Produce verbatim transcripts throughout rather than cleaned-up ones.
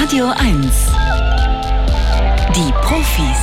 Radio eins. Die Profis.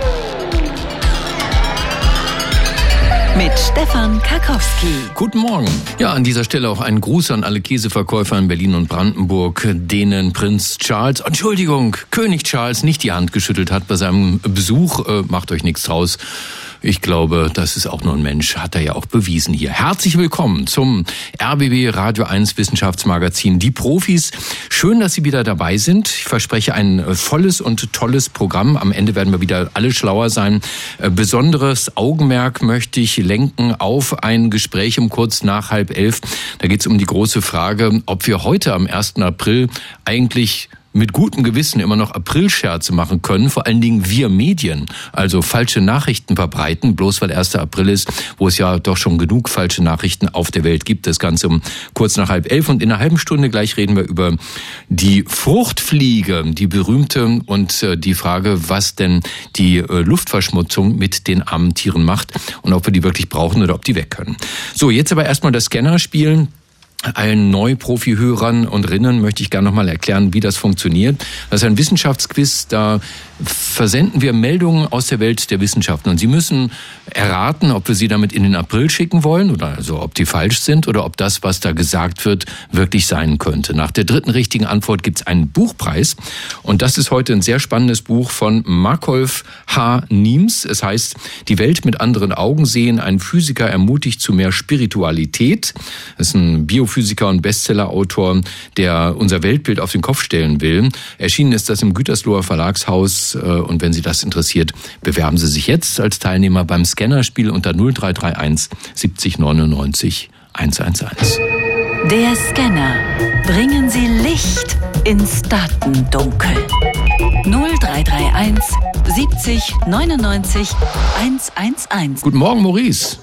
Mit Stefan Karkowski. Guten Morgen. Ja, an dieser Stelle auch einen Gruß an alle Käseverkäufer in Berlin und Brandenburg, denen Prinz Charles, Entschuldigung, König Charles nicht die Hand geschüttelt hat bei seinem Besuch. Äh, macht euch nichts draus. Ich glaube, das ist auch nur ein Mensch, hat er ja auch bewiesen hier. Herzlich willkommen zum R B B Radio eins Wissenschaftsmagazin Die Profis. Schön, dass Sie wieder dabei sind. Ich verspreche ein volles und tolles Programm. Am Ende werden wir wieder alle schlauer sein. Besonderes Augenmerk möchte ich lenken auf ein Gespräch um kurz nach halb elf. Da geht es um die große Frage, ob wir heute am ersten April eigentlich mit gutem Gewissen immer noch Aprilscherze machen können, vor allen Dingen wir Medien, also falsche Nachrichten verbreiten, bloß weil erster April ist, wo es ja doch schon genug falsche Nachrichten auf der Welt gibt. Das Ganze um kurz nach halb elf und in einer halben Stunde gleich reden wir über die Fruchtfliege, die berühmte, und die Frage, was denn die Luftverschmutzung mit den armen Tieren macht und ob wir die wirklich brauchen oder ob die weg können. So, jetzt aber erstmal das Scannerspiel. Allen Neuprofi-Hörern und Rinnen möchte ich gerne nochmal erklären, wie das funktioniert. Das ist ein Wissenschaftsquiz, da versenden wir Meldungen aus der Welt der Wissenschaften. Und Sie müssen erraten, ob wir sie damit in den April schicken wollen, oder also ob die falsch sind, oder ob das, was da gesagt wird, wirklich sein könnte. Nach der dritten richtigen Antwort gibt es einen Buchpreis. Und das ist heute ein sehr spannendes Buch von Markolf H. Niems. Es heißt, die Welt mit anderen Augen sehen. Ein Physiker ermutigt zu mehr Spiritualität. Das ist ein Biophysiker und Bestsellerautor, der unser Weltbild auf den Kopf stellen will. Erschienen ist das im Gütersloher Verlagshaus. Und wenn Sie das interessiert, bewerben Sie sich jetzt als Teilnehmer beim Scannerspiel unter null drei drei eins siebzig neunundneunzig hundertelf. Der Scanner. Bringen Sie Licht ins Datendunkel. null drei drei eins siebzig neunundneunzig hundertelf. Guten Morgen, Maurice.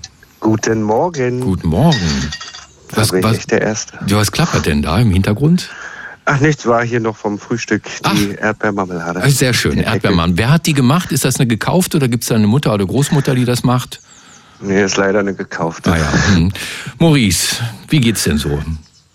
Guten Morgen. Guten Morgen. Was, da bin was, ich der Erste. Was klappert denn da im Hintergrund? Ach, nichts, war hier noch vom Frühstück die Ach, Erdbeermarmelade. Sehr schön, Erdbeermarmelade. Wer hat die gemacht? Ist das eine gekaufte oder gibt es da eine Mutter oder Großmutter, die das macht? Nee, ist leider eine gekaufte. Ah ja. Hm. Maurice, wie geht's denn so?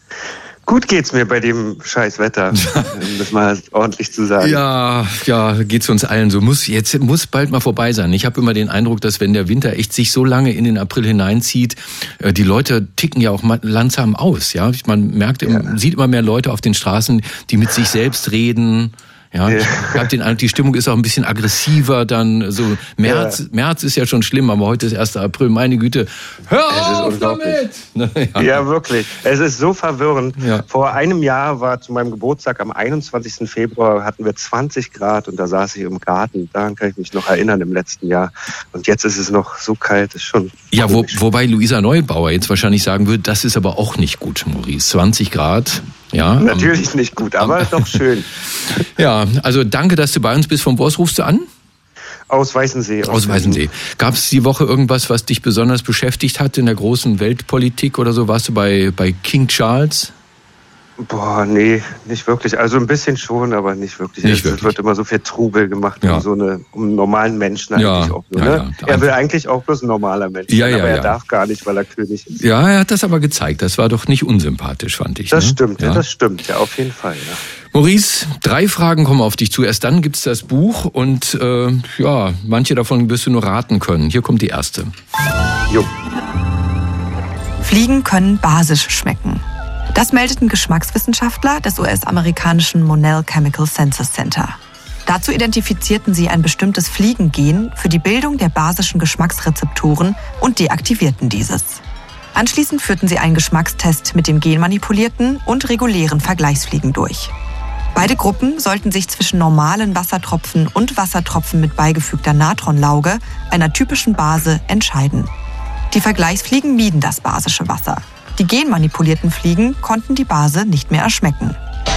Gut geht's mir bei dem scheiß Wetter, um das mal ordentlich zu sagen. Ja, ja, geht's uns allen so. Muss jetzt muss bald mal vorbei sein. Ich habe immer den Eindruck, dass wenn der Winter echt sich so lange in den April hineinzieht, die Leute ticken ja auch langsam aus. Ja, man merkt, ja. sieht immer mehr Leute auf den Straßen, die mit sich selbst reden. Ja, ja. Ich habe den Eindruck, die Stimmung ist auch ein bisschen aggressiver dann. So März, ja. März ist ja schon schlimm, aber heute ist erster April. Meine Güte, hör auf damit! Ja. ja, wirklich. Es ist so verwirrend. Ja. Vor einem Jahr war zu meinem Geburtstag am einundzwanzigsten Februar hatten wir zwanzig Grad und da saß ich im Garten. Daran kann ich mich noch erinnern im letzten Jahr. Und jetzt ist es noch so kalt, ist schon. Ja, wo, wobei Luisa Neubauer jetzt wahrscheinlich sagen würde, das ist aber auch nicht gut, Maurice. zwanzig Grad. Ja, natürlich am, nicht gut, aber am, doch schön. Ja, also danke, dass du bei uns bist. Von wo aus rufst du an? Aus Weißensee. Aus, aus Weißensee. Gab es die Woche irgendwas, was dich besonders beschäftigt hat in der großen Weltpolitik oder so? Warst du bei, bei King Charles? Boah, nee, nicht wirklich. Also ein bisschen schon, aber nicht wirklich. Nicht es wirklich. wird immer so viel Trubel gemacht, ja. um so eine, um einen normalen Menschen eigentlich ja, auch nur. Ja, ne? ja. Er will eigentlich auch bloß ein normaler Mensch ja, sein, ja, aber er ja. darf gar nicht, weil er König ist. Ja, er hat das aber gezeigt. Das war doch nicht unsympathisch, fand ich. Das ne? stimmt, ja. ja, das stimmt, ja, auf jeden Fall. Ja. Maurice, drei Fragen kommen auf dich zu. Erst dann gibt's das Buch und äh, ja, manche davon wirst du nur raten können. Hier kommt die erste. Jo. Fliegen können basisch schmecken. Das meldeten Geschmackswissenschaftler des U S-amerikanischen Monell Chemical Senses Center. Dazu identifizierten sie ein bestimmtes Fliegengen für die Bildung der basischen Geschmacksrezeptoren und deaktivierten dieses. Anschließend führten sie einen Geschmackstest mit den genmanipulierten und regulären Vergleichsfliegen durch. Beide Gruppen sollten sich zwischen normalen Wassertropfen und Wassertropfen mit beigefügter Natronlauge, einer typischen Base, entscheiden. Die Vergleichsfliegen mieden das basische Wasser. Die genmanipulierten Fliegen konnten die Base nicht mehr erschmecken.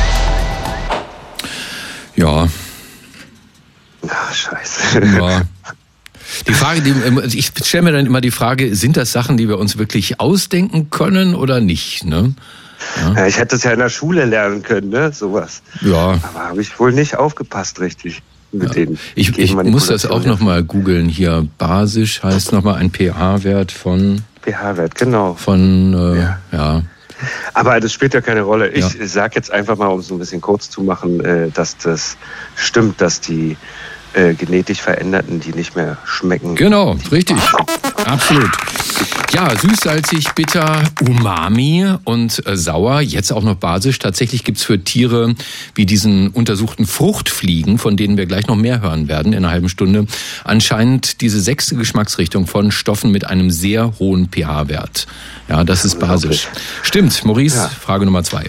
Ja. Ach, scheiße. Ja. Die Frage, die, ich stelle mir dann immer die Frage, sind das Sachen, die wir uns wirklich ausdenken können oder nicht, ne? Ja. Ja, ich hätte es ja in der Schule lernen können, ne, sowas. Ja. Aber habe ich wohl nicht aufgepasst, richtig. Mit Ja. den Ich, ich muss das auch nochmal googeln hier. Basisch heißt nochmal ein pH-Wert von... pH-Wert, genau. Von, äh, ja. ja. Aber das spielt ja keine Rolle. Ich ja. sage jetzt einfach mal, um es ein bisschen kurz zu machen, dass das stimmt, dass die äh, genetisch Veränderten, die nicht mehr schmecken. Genau, richtig. Absolut. Ja, süß, salzig, bitter, umami und äh, sauer, jetzt auch noch basisch. Tatsächlich gibt's für Tiere wie diesen untersuchten Fruchtfliegen, von denen wir gleich noch mehr hören werden in einer halben Stunde, anscheinend diese sechste Geschmacksrichtung von Stoffen mit einem sehr hohen pH-Wert. Ja, das ist basisch. Stimmt, Maurice, ja. Frage Nummer zwei.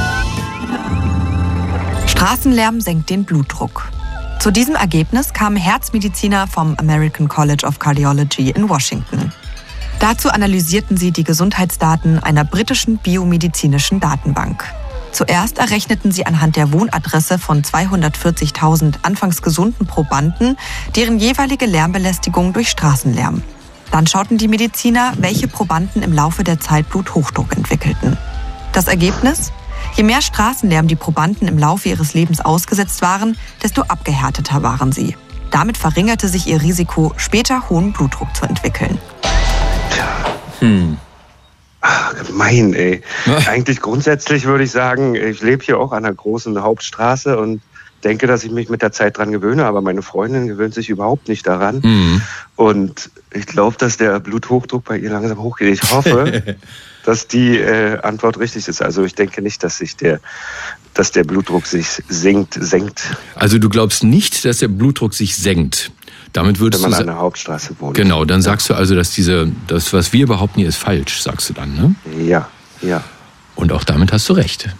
Straßenlärm senkt den Blutdruck. Zu diesem Ergebnis kamen Herzmediziner vom American College of Cardiology in Washington. Dazu analysierten sie die Gesundheitsdaten einer britischen biomedizinischen Datenbank. Zuerst errechneten sie anhand der Wohnadresse von zweihundertvierzigtausend anfangs gesunden Probanden deren jeweilige Lärmbelästigung durch Straßenlärm. Dann schauten die Mediziner, welche Probanden im Laufe der Zeit Bluthochdruck entwickelten. Das Ergebnis? Je mehr Straßenlärm die Probanden im Laufe ihres Lebens ausgesetzt waren, desto abgehärteter waren sie. Damit verringerte sich ihr Risiko, später hohen Blutdruck zu entwickeln. Hm. Ach, gemein, ey. Eigentlich grundsätzlich würde ich sagen, ich lebe hier auch an einer großen Hauptstraße und denke, dass ich mich mit der Zeit dran gewöhne, aber meine Freundin gewöhnt sich überhaupt nicht daran. Mhm. Und ich glaube, dass der Bluthochdruck bei ihr langsam hochgeht. Ich hoffe, dass die äh, Antwort richtig ist. Also ich denke nicht, dass sich der, dass der Blutdruck sich senkt, senkt. Also du glaubst nicht, dass der Blutdruck sich senkt? Damit würdest Wenn man du an der Hauptstraße wohnt. Genau, dann sagst du also, dass diese, das, was wir behaupten hier, ist falsch, sagst du dann, ne? Ja, ja. Und auch damit hast du recht.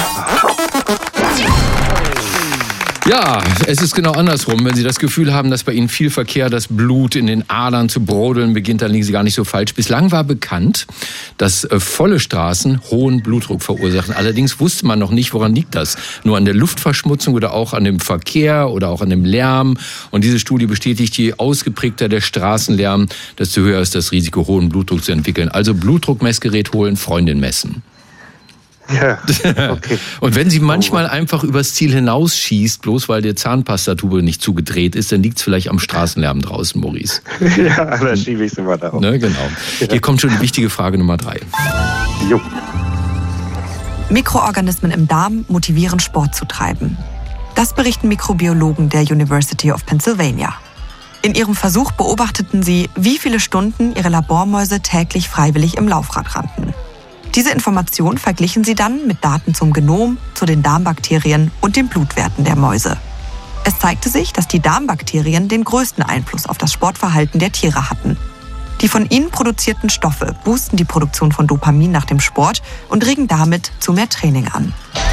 Ja, es ist genau andersrum. Wenn Sie das Gefühl haben, dass bei Ihnen viel Verkehr, das Blut in den Adern zu brodeln beginnt, dann liegen Sie gar nicht so falsch. Bislang war bekannt, dass äh, volle Straßen hohen Blutdruck verursachen. Allerdings wusste man noch nicht, woran liegt das. Nur an der Luftverschmutzung oder auch an dem Verkehr oder auch an dem Lärm. Und diese Studie bestätigt, je ausgeprägter der Straßenlärm, desto höher ist das Risiko, hohen Blutdruck zu entwickeln. Also Blutdruckmessgerät holen, Freundin messen. Ja, okay. Und wenn sie manchmal einfach übers Ziel hinausschießt, bloß weil die Zahnpastatube nicht zugedreht ist, dann liegt es vielleicht am Straßenlärm draußen, Maurice. Ja, da schiebe ich es immer darauf. Ne, genau. Ja. Hier kommt schon die wichtige Frage Nummer drei. Jo. Mikroorganismen im Darm motivieren Sport zu treiben. Das berichten Mikrobiologen der University of Pennsylvania. In ihrem Versuch beobachteten sie, wie viele Stunden ihre Labormäuse täglich freiwillig im Laufrad rannten. Diese Information verglichen sie dann mit Daten zum Genom, zu den Darmbakterien und den Blutwerten der Mäuse. Es zeigte sich, dass die Darmbakterien den größten Einfluss auf das Sportverhalten der Tiere hatten. Die von ihnen produzierten Stoffe boosten die Produktion von Dopamin nach dem Sport und regen damit zu mehr Training an.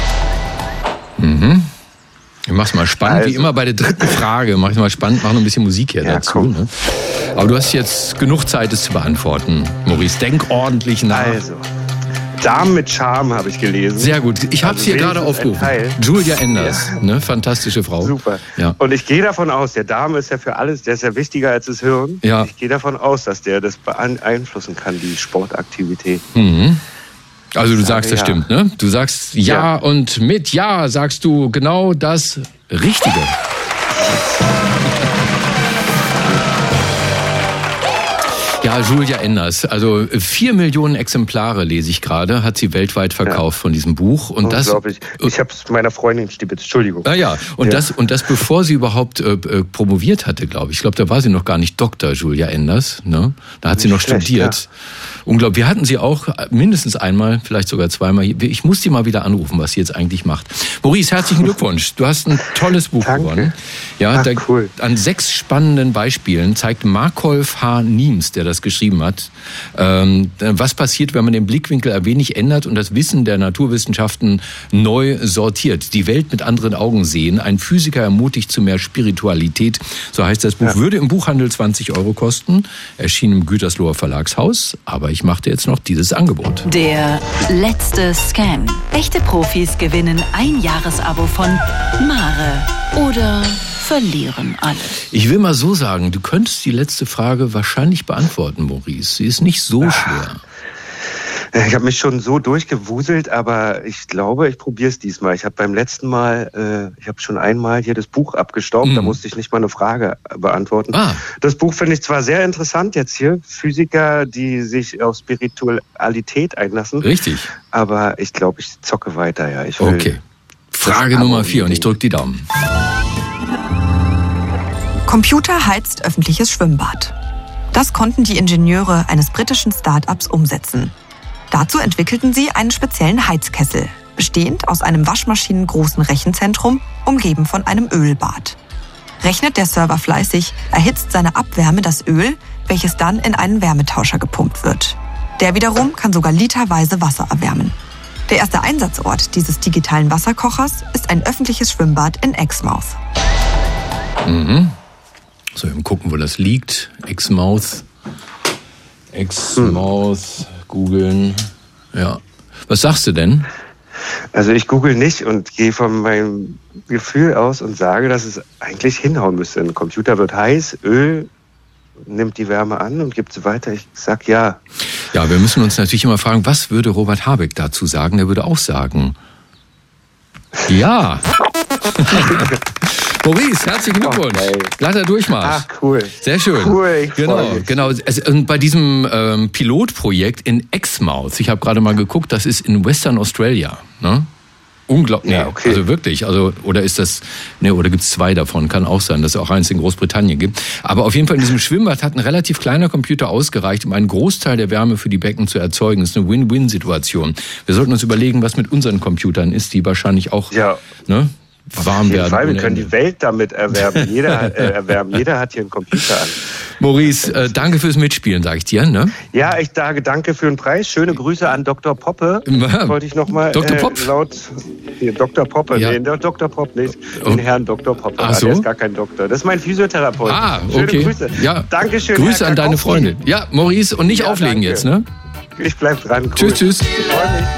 Mhm. Ich mach's mal spannend, also. Wie immer bei der dritten Frage. Mach ich mal spannend, mach noch ein bisschen Musik hier ja, dazu. Ne? Aber du hast jetzt genug Zeit, es zu beantworten, Maurice. Denk ordentlich nach. Also. Darm mit Charme habe ich gelesen. Sehr gut. Ich habe es also hier gerade aufgerufen. Julia Enders, ja. Ne, fantastische Frau. Super. Ja. Und ich gehe davon aus, der Darm ist ja für alles, der ist ja wichtiger als das Hirn. Ja. Ich gehe davon aus, dass der das beeinflussen kann, die Sportaktivität. Mhm. Also du sagst, das ja. stimmt, ne? Du sagst ja, ja und mit Ja sagst du genau das Richtige. Ja, Julia Enders. Also vier Millionen Exemplare, lese ich gerade, hat sie weltweit verkauft ja. von diesem Buch. Und das, ich habe es meiner Freundin stibitzt, Entschuldigung. Ah ja, und, ja. Das, und das bevor sie überhaupt äh, promoviert hatte, glaube ich. Ich glaube, da war sie noch gar nicht Doktor Julia Enders. Ne? Da hat nicht sie noch schlecht, studiert. Ja. Unglaublich. Wir hatten sie auch mindestens einmal, vielleicht sogar zweimal. Ich muss die mal wieder anrufen, was sie jetzt eigentlich macht. Maurice, herzlichen Glückwunsch. Du hast ein tolles Buch Danke. gewonnen. Ja, Ach, da, cool. An sechs spannenden Beispielen zeigt Markolf H. Niems, der das geschrieben hat, ähm, was passiert, wenn man den Blickwinkel ein wenig ändert und das Wissen der Naturwissenschaften neu sortiert. Die Welt mit anderen Augen sehen. Ein Physiker ermutigt zu mehr Spiritualität. So heißt das Buch. Ja. Würde im Buchhandel zwanzig Euro kosten. Erschien im Gütersloher Verlagshaus. Aber ich machte jetzt noch dieses Angebot. Der letzte Scan. Echte Profis gewinnen ein Jahresabo von Mare oder verlieren alles. Ich will mal so sagen, du könntest die letzte Frage wahrscheinlich beantworten, Maurice. Sie ist nicht so schwer. Ich habe mich schon so durchgewuselt, aber ich glaube, ich probiere es diesmal. Ich habe beim letzten Mal, äh, ich habe schon einmal hier das Buch abgestaubt, mhm. da musste ich nicht mal eine Frage beantworten. Ah. Das Buch finde ich zwar sehr interessant jetzt hier, Physiker, die sich auf Spiritualität einlassen. Richtig. Aber ich glaube, ich zocke weiter, ja. Ich will okay. Frage Nummer vier und ich drücke die Daumen. Computer heizt öffentliches Schwimmbad. Das konnten die Ingenieure eines britischen Start-ups umsetzen. Dazu entwickelten sie einen speziellen Heizkessel, bestehend aus einem waschmaschinengroßen Rechenzentrum, umgeben von einem Ölbad. Rechnet der Server fleißig, erhitzt seine Abwärme das Öl, welches dann in einen Wärmetauscher gepumpt wird. Der wiederum kann sogar literweise Wasser erwärmen. Der erste Einsatzort dieses digitalen Wasserkochers ist ein öffentliches Schwimmbad in Exmouth. Mhm. So, eben gucken, wo das liegt. Exmouth. Exmouth. Hm. Googeln. Ja. Was sagst du denn? Also ich google nicht und gehe von meinem Gefühl aus und sage, dass es eigentlich hinhauen müsste. Ein Computer wird heiß, Öl nimmt die Wärme an und gibt sie weiter. Ich sag ja. Ja, wir müssen uns natürlich immer fragen, was würde Robert Habeck dazu sagen? Der würde auch sagen, ja. Maurice, herzlichen Glückwunsch. Oh, glatter Durchmarsch. Ach, cool. Sehr schön. Cool, ich genau, mich. genau. Also, bei diesem ähm, Pilotprojekt in Exmouth, ich habe gerade mal geguckt, das ist in Western Australia, ne? Unglaublich. Ja, okay. Also wirklich, also oder ist das, ne, oder gibt es zwei davon? Kann auch sein, dass es auch eins in Großbritannien gibt. Aber auf jeden Fall in diesem Schwimmbad hat ein relativ kleiner Computer ausgereicht, um einen Großteil der Wärme für die Becken zu erzeugen. Das ist eine Win-Win-Situation. Wir sollten uns überlegen, was mit unseren Computern ist, die wahrscheinlich auch, ja. ne, warm werden. Fall, wir können die Welt damit erwerben. Jeder, äh, erwerben. Jeder hat hier einen Computer an. Maurice, äh, danke fürs Mitspielen, sage ich dir. Ne? Ja, ich sage danke für den Preis. Schöne Grüße an Doktor Poppe. Ja. Wollte ich nochmal Doktor äh, Popp? laut... Hier, Doktor Poppe, ja. nee, Doktor Popp nicht. Den oh. Herrn Doktor Poppe. Ach so? Der ist gar kein Doktor. Das ist mein Physiotherapeut. Ah, Schöne okay. Grüße. Ja. Dankeschön. Grüße Herr an deine Kakowski. Freundin. Ja, Maurice, und nicht ja, auflegen danke. jetzt, ne? Ich bleib dran. Cool. Tschüss, tschüss. Ich freue mich.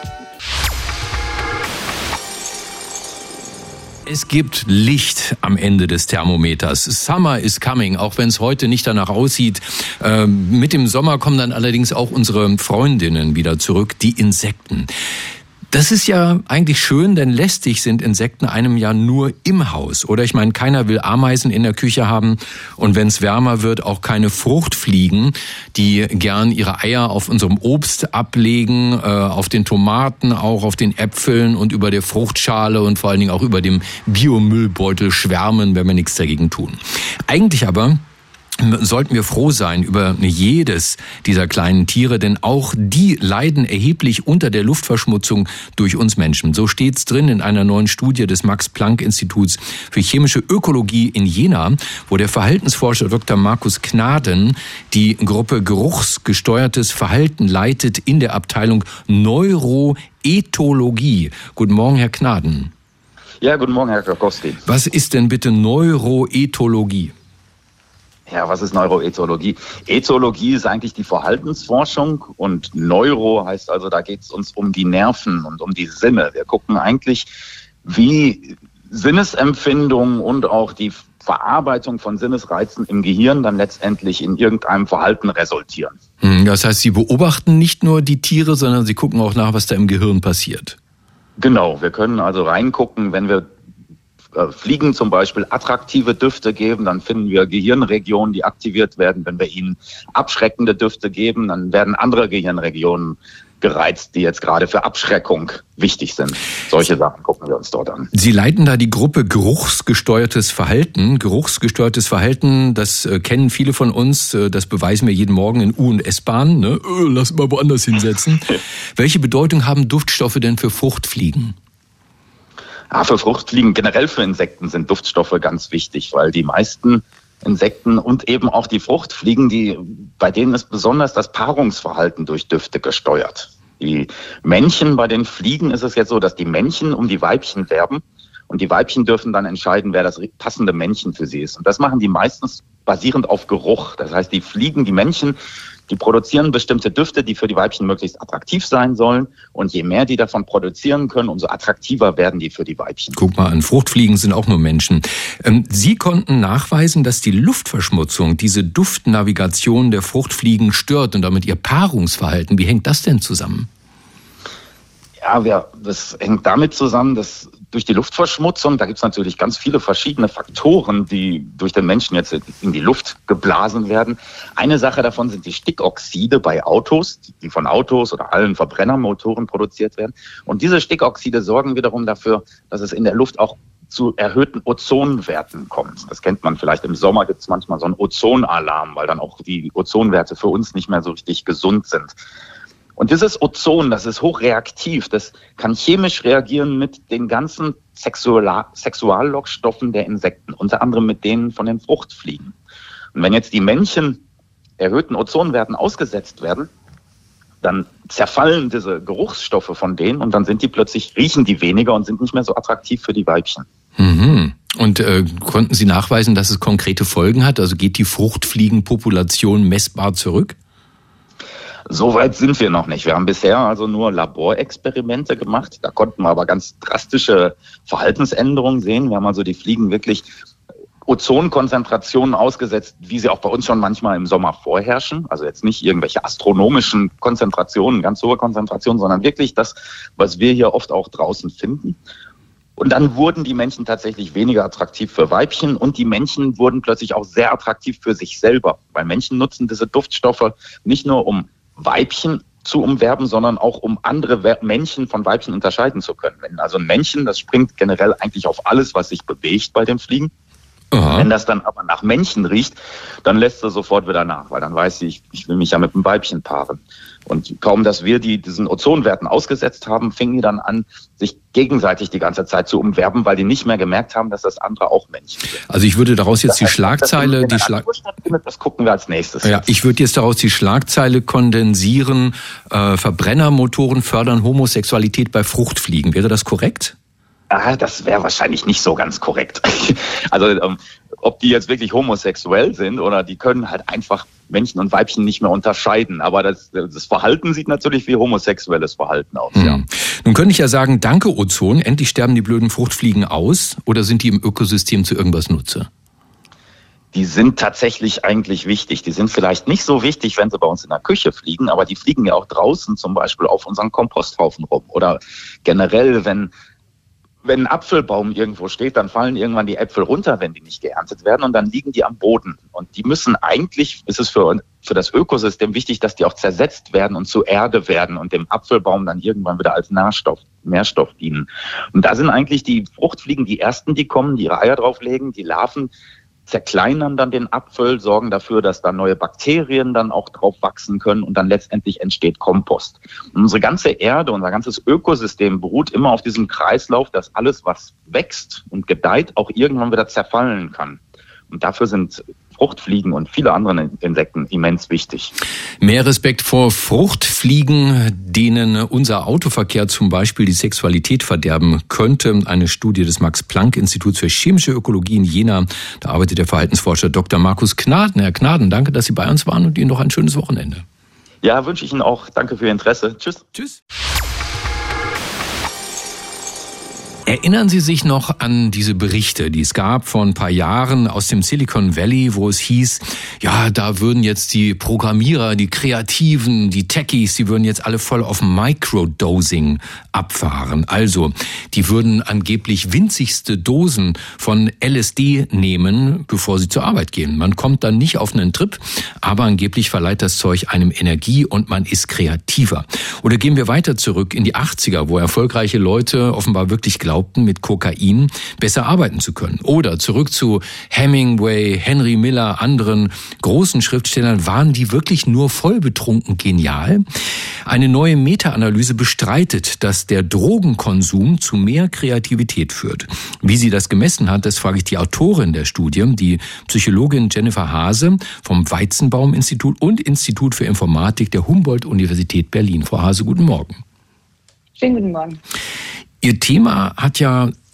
Es gibt Licht am Ende des Thermometers. Summer is coming, auch wenn es heute nicht danach aussieht. Ähm, mit dem Sommer kommen dann allerdings auch unsere Freundinnen wieder zurück, die Insekten. Das ist ja eigentlich schön, denn lästig sind Insekten einem ja nur im Haus. Oder ich meine, keiner will Ameisen in der Küche haben und wenn es wärmer wird, auch keine Fruchtfliegen, die gern ihre Eier auf unserem Obst ablegen, äh, auf den Tomaten, auch auf den Äpfeln und über der Fruchtschale und vor allen Dingen auch über dem Biomüllbeutel schwärmen, wenn wir nichts dagegen tun. Eigentlich aber sollten wir froh sein über jedes dieser kleinen Tiere, denn auch die leiden erheblich unter der Luftverschmutzung durch uns Menschen. So steht's drin in einer neuen Studie des Max-Planck-Instituts für chemische Ökologie in Jena, wo der Verhaltensforscher Doktor Markus Knaden die Gruppe Geruchsgesteuertes Verhalten leitet in der Abteilung Neuroethologie. Guten Morgen, Herr Knaden. Ja, guten Morgen, Herr Kakowski. Was ist denn bitte Neuroethologie? Ja, was ist Neuroethologie? Ethologie ist eigentlich die Verhaltensforschung und Neuro heißt also, da geht es uns um die Nerven und um die Sinne. Wir gucken eigentlich, wie Sinnesempfindungen und auch die Verarbeitung von Sinnesreizen im Gehirn dann letztendlich in irgendeinem Verhalten resultieren. Das heißt, Sie beobachten nicht nur die Tiere, sondern Sie gucken auch nach, was da im Gehirn passiert. Genau, wir können also reingucken, wenn wir Fliegen zum Beispiel attraktive Düfte geben, dann finden wir Gehirnregionen, die aktiviert werden. Wenn wir ihnen abschreckende Düfte geben, dann werden andere Gehirnregionen gereizt, die jetzt gerade für Abschreckung wichtig sind. Solche Sachen gucken wir uns dort an. Sie leiten da die Gruppe Geruchsgesteuertes Verhalten. Geruchsgesteuertes Verhalten, das äh, kennen viele von uns, äh, das beweisen wir jeden Morgen in U- und S-Bahnen. Ne? Äh, lass mal woanders hinsetzen. Welche Bedeutung haben Duftstoffe denn für Fruchtfliegen? Ja, für Fruchtfliegen, generell für Insekten sind Duftstoffe ganz wichtig, weil die meisten Insekten und eben auch die Fruchtfliegen, die, bei denen ist besonders das Paarungsverhalten durch Düfte gesteuert. Die Männchen, bei den Fliegen ist es jetzt so, dass die Männchen um die Weibchen werben und die Weibchen dürfen dann entscheiden, wer das passende Männchen für sie ist. Und das machen die meistens basierend auf Geruch. Das heißt, die Fliegen, die Männchen, Die produzieren bestimmte Düfte, die für die Weibchen möglichst attraktiv sein sollen. Und je mehr die davon produzieren können, umso attraktiver werden die für die Weibchen. Guck mal an, Fruchtfliegen sind auch nur Menschen. Sie konnten nachweisen, dass die Luftverschmutzung diese Duftnavigation der Fruchtfliegen stört und damit ihr Paarungsverhalten. Wie hängt das denn zusammen? Ja, wir, das hängt damit zusammen, dass durch die Luftverschmutzung, da gibt es natürlich ganz viele verschiedene Faktoren, die durch den Menschen jetzt in die Luft geblasen werden. Eine Sache davon sind die Stickoxide bei Autos, die von Autos oder allen Verbrennermotoren produziert werden. Und diese Stickoxide sorgen wiederum dafür, dass es in der Luft auch zu erhöhten Ozonwerten kommt. Das kennt man vielleicht. Im Sommer gibt es manchmal so einen Ozonalarm, weil dann auch die Ozonwerte für uns nicht mehr so richtig gesund sind. Und dieses Ozon, das ist hochreaktiv, das kann chemisch reagieren mit den ganzen Sexual- Sexuallockstoffen der Insekten, unter anderem mit denen von den Fruchtfliegen. Und wenn jetzt die Männchen erhöhten Ozonwerten ausgesetzt werden, dann zerfallen diese Geruchsstoffe von denen und dann sind die plötzlich, riechen die weniger und sind nicht mehr so attraktiv für die Weibchen. Mhm. Und äh, konnten Sie nachweisen, dass es konkrete Folgen hat? Also geht die Fruchtfliegenpopulation messbar zurück? So weit sind wir noch nicht. Wir haben bisher also nur Laborexperimente gemacht. Da konnten wir aber ganz drastische Verhaltensänderungen sehen. Wir haben also die Fliegen wirklich Ozonkonzentrationen ausgesetzt, wie sie auch bei uns schon manchmal im Sommer vorherrschen. Also jetzt nicht irgendwelche astronomischen Konzentrationen, ganz hohe Konzentrationen, sondern wirklich das, was wir hier oft auch draußen finden. Und dann wurden die Männchen tatsächlich weniger attraktiv für Weibchen und die Männchen wurden plötzlich auch sehr attraktiv für sich selber. Weil Männchen nutzen diese Duftstoffe nicht nur, um Weibchen zu umwerben, sondern auch um andere Männchen von Weibchen unterscheiden zu können. Wenn also ein Männchen, das springt generell eigentlich auf alles, was sich bewegt bei den Fliegen. Aha. Wenn das dann aber nach Männchen riecht, dann lässt er sofort wieder nach, weil dann weiß sie, ich, ich will mich ja mit einem Weibchen paaren. Und kaum, dass wir die diesen Ozonwerten ausgesetzt haben, fingen die dann an, sich gegenseitig die ganze Zeit zu umwerben, weil die nicht mehr gemerkt haben, dass das andere auch Männchen sind. Also ich würde daraus jetzt das heißt, die Schlagzeile... Das, die Schlag das gucken wir als nächstes. Ja, ich würde jetzt daraus die Schlagzeile kondensieren, äh, Verbrennermotoren fördern Homosexualität bei Fruchtfliegen. Wäre das korrekt? Ah, das wäre wahrscheinlich nicht so ganz korrekt. Also ähm, ob die jetzt wirklich homosexuell sind oder die können halt einfach Männchen und Weibchen nicht mehr unterscheiden. Aber das, das Verhalten sieht natürlich wie homosexuelles Verhalten aus. Hm. Ja. Nun könnte ich ja sagen, danke Ozon, endlich sterben die blöden Fruchtfliegen aus. Oder sind die im Ökosystem zu irgendwas Nutze? Die sind tatsächlich eigentlich wichtig. Die sind vielleicht nicht so wichtig, wenn sie bei uns in der Küche fliegen, aber die fliegen ja auch draußen zum Beispiel auf unseren Komposthaufen rum. Oder generell, wenn Wenn ein Apfelbaum irgendwo steht, dann fallen irgendwann die Äpfel runter, wenn die nicht geerntet werden und dann liegen die am Boden. Und die müssen eigentlich, ist es für, für das Ökosystem wichtig, dass die auch zersetzt werden und zu Erde werden und dem Apfelbaum dann irgendwann wieder als Nährstoff, Nährstoff dienen. Und da sind eigentlich die Fruchtfliegen die ersten, die kommen, die ihre Eier drauflegen, die Larven zerkleinern dann den Apfel, sorgen dafür, dass da neue Bakterien dann auch drauf wachsen können und dann letztendlich entsteht Kompost. Und unsere ganze Erde, unser ganzes Ökosystem beruht immer auf diesem Kreislauf, dass alles, was wächst und gedeiht, auch irgendwann wieder zerfallen kann. Und dafür sind Fruchtfliegen und viele andere Insekten immens wichtig. Mehr Respekt vor Fruchtfliegen, denen unser Autoverkehr zum Beispiel die Sexualität verderben könnte. Eine Studie des Max-Planck-Instituts für chemische Ökologie in Jena. Da arbeitet der Verhaltensforscher Doktor Markus Knaden. Herr Knaden, danke, dass Sie bei uns waren und Ihnen noch ein schönes Wochenende. Ja, wünsche ich Ihnen auch. Danke für Ihr Interesse. Tschüss. Tschüss. Erinnern Sie sich noch an diese Berichte, die es gab vor ein paar Jahren aus dem Silicon Valley, wo es hieß, ja, da würden jetzt die Programmierer, die Kreativen, die Techies, die würden jetzt alle voll auf Microdosing abfahren. Also, die würden angeblich winzigste Dosen von L S D nehmen, bevor sie zur Arbeit gehen. Man kommt dann nicht auf einen Trip, aber angeblich verleiht das Zeug einem Energie und man ist kreativer. Oder gehen wir weiter zurück in die achtziger, wo erfolgreiche Leute offenbar wirklich glauben, mit Kokain besser arbeiten zu können. Oder zurück zu Hemingway, Henry Miller, anderen großen Schriftstellern. Waren die wirklich nur vollbetrunken genial? Eine neue Meta-Analyse bestreitet, dass der Drogenkonsum zu mehr Kreativität führt. Wie sie das gemessen hat, das frage ich die Autorin der Studie, die Psychologin Jennifer Hase vom Weizenbaum-Institut und Institut für Informatik der Humboldt-Universität Berlin. Frau Hase, guten Morgen. Schönen guten Morgen. Ihr Thema hat ja